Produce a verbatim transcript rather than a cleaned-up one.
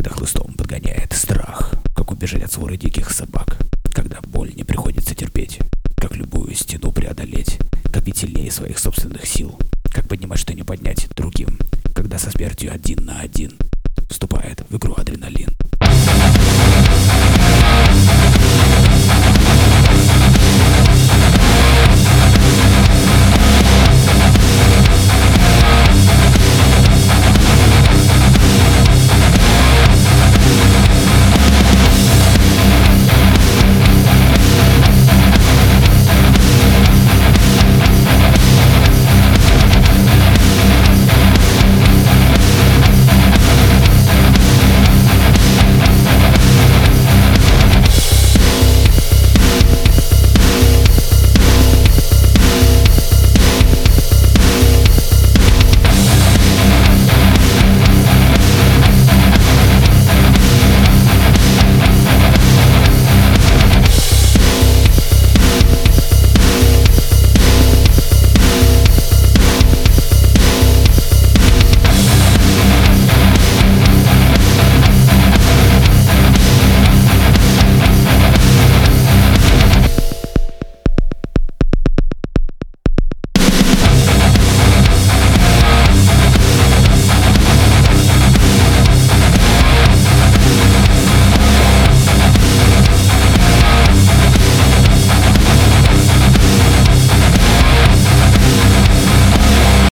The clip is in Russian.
когда хлыстом подгоняет страх, как убежать от своры диких собак, когда боль не приходится терпеть, как любую стену преодолеть, как быть сильнее своих собственных сил, как поднимать, что не поднять другим, когда со смертью один на один.